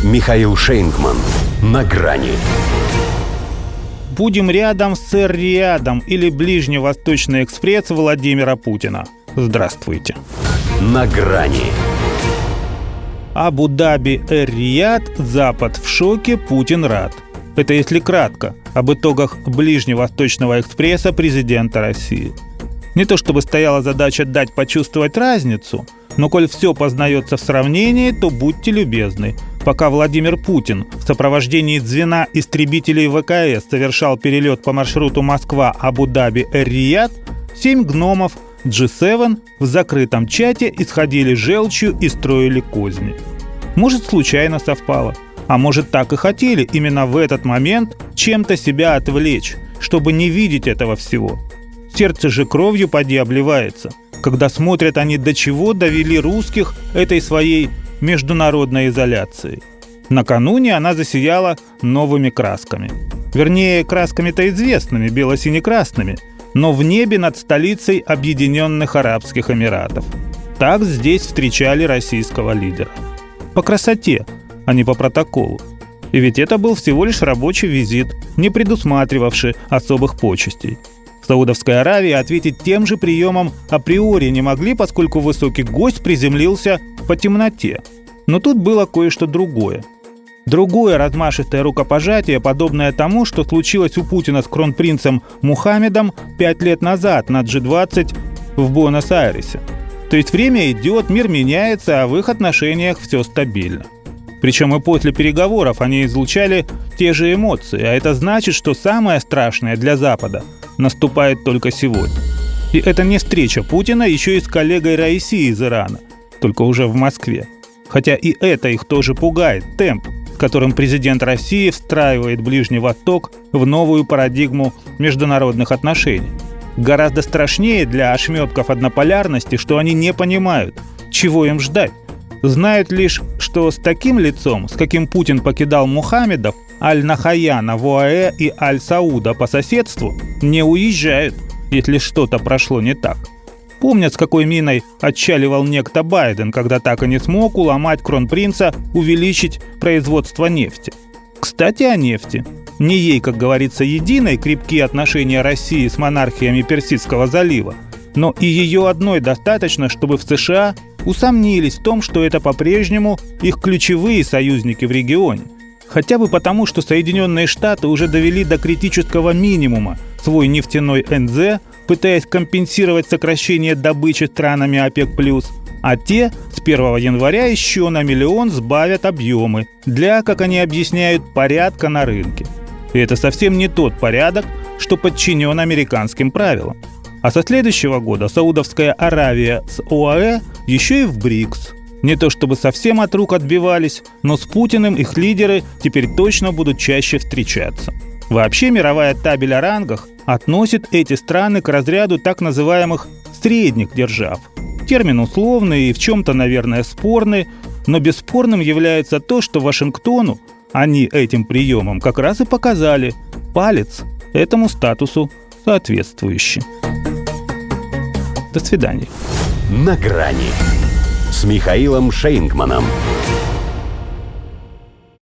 Михаил Шейнгман. На грани. Будем рядом с Эр-Риядом или Ближневосточный экспресс Владимира Путина. Здравствуйте. На грани. Абу-Даби, Эр-Рияд, Запад в шоке, Путин рад. Это если кратко об итогах Ближневосточного экспресса президента России. Не то чтобы стояла задача дать почувствовать разницу, но коль все познается в сравнении, то будьте любезны. Пока Владимир Путин в сопровождении звена истребителей ВКС совершал перелет по маршруту Москва-Абу-Даби-Эр-Рияд, 7 гномов G7 в закрытом чате исходили желчью и строили козни. Может, случайно совпало, а может, так и хотели именно в этот момент чем-то себя отвлечь, чтобы не видеть этого всего. Сердце же кровью поди обливается, когда смотрят они, до чего довели русских этой своей международной изоляцией. Накануне она засияла новыми красками. Вернее, красками-то известными, бело-сине-красными, но в небе над столицей Объединенных Арабских Эмиратов. Так здесь встречали российского лидера. По красоте, а не по протоколу. И ведь это был всего лишь рабочий визит, не предусматривавший особых почестей. В Саудовской Аравии ответить тем же приемом априори не могли, поскольку высокий гость приземлился по темноте. Но тут было кое-что другое. Другое размашистое рукопожатие, подобное тому, что случилось у Путина с кронпринцем Мухаммедом 5 лет назад на G20 в Буэнос-Айресе. То есть время идет, мир меняется, а в их отношениях все стабильно. Причем и после переговоров они излучали те же эмоции, а это значит, что самое страшное для Запада наступает только сегодня. И это не встреча Путина еще и с коллегой Раиси из Ирана, только уже в Москве. Хотя и это их тоже пугает, темп, с которым президент России встраивает Ближний Восток в новую парадигму международных отношений. Гораздо страшнее для ошметков однополярности, что они не понимают, чего им ждать. Знают лишь, что с таким лицом, с каким Путин покидал Мухаммедов, Аль-Нахаяна в ОАЭ и Аль-Сауда по соседству, не уезжают, если что-то прошло не так. Помнят, с какой миной отчаливал некто Байден, когда так и не смог уломать кронпринца увеличить производство нефти. Кстати, о нефти. Не ей, как говорится, единой крепкие отношения России с монархиями Персидского залива, но и ее одной достаточно, чтобы в США усомнились в том, что это по-прежнему их ключевые союзники в регионе. Хотя бы потому, что Соединенные Штаты уже довели до критического минимума свой нефтяной НЗ, пытаясь компенсировать сокращение добычи странами ОПЕК+, а те с 1 января еще на 1 миллион сбавят объемы для, как они объясняют, порядка на рынке. И это совсем не тот порядок, что подчинен американским правилам. А со следующего года Саудовская Аравия с ОАЭ еще и в БРИКС. Не то чтобы совсем от рук отбивались, но с Путиным их лидеры теперь точно будут чаще встречаться. Вообще мировая табель о рангах относит эти страны к разряду так называемых «средних держав». Термин условный и в чем-то, наверное, спорный, но бесспорным является то, что Вашингтону они этим приемом как раз и показали палец этому статусу соответствующий. До свидания. На грани с Михаилом Шейнгманом.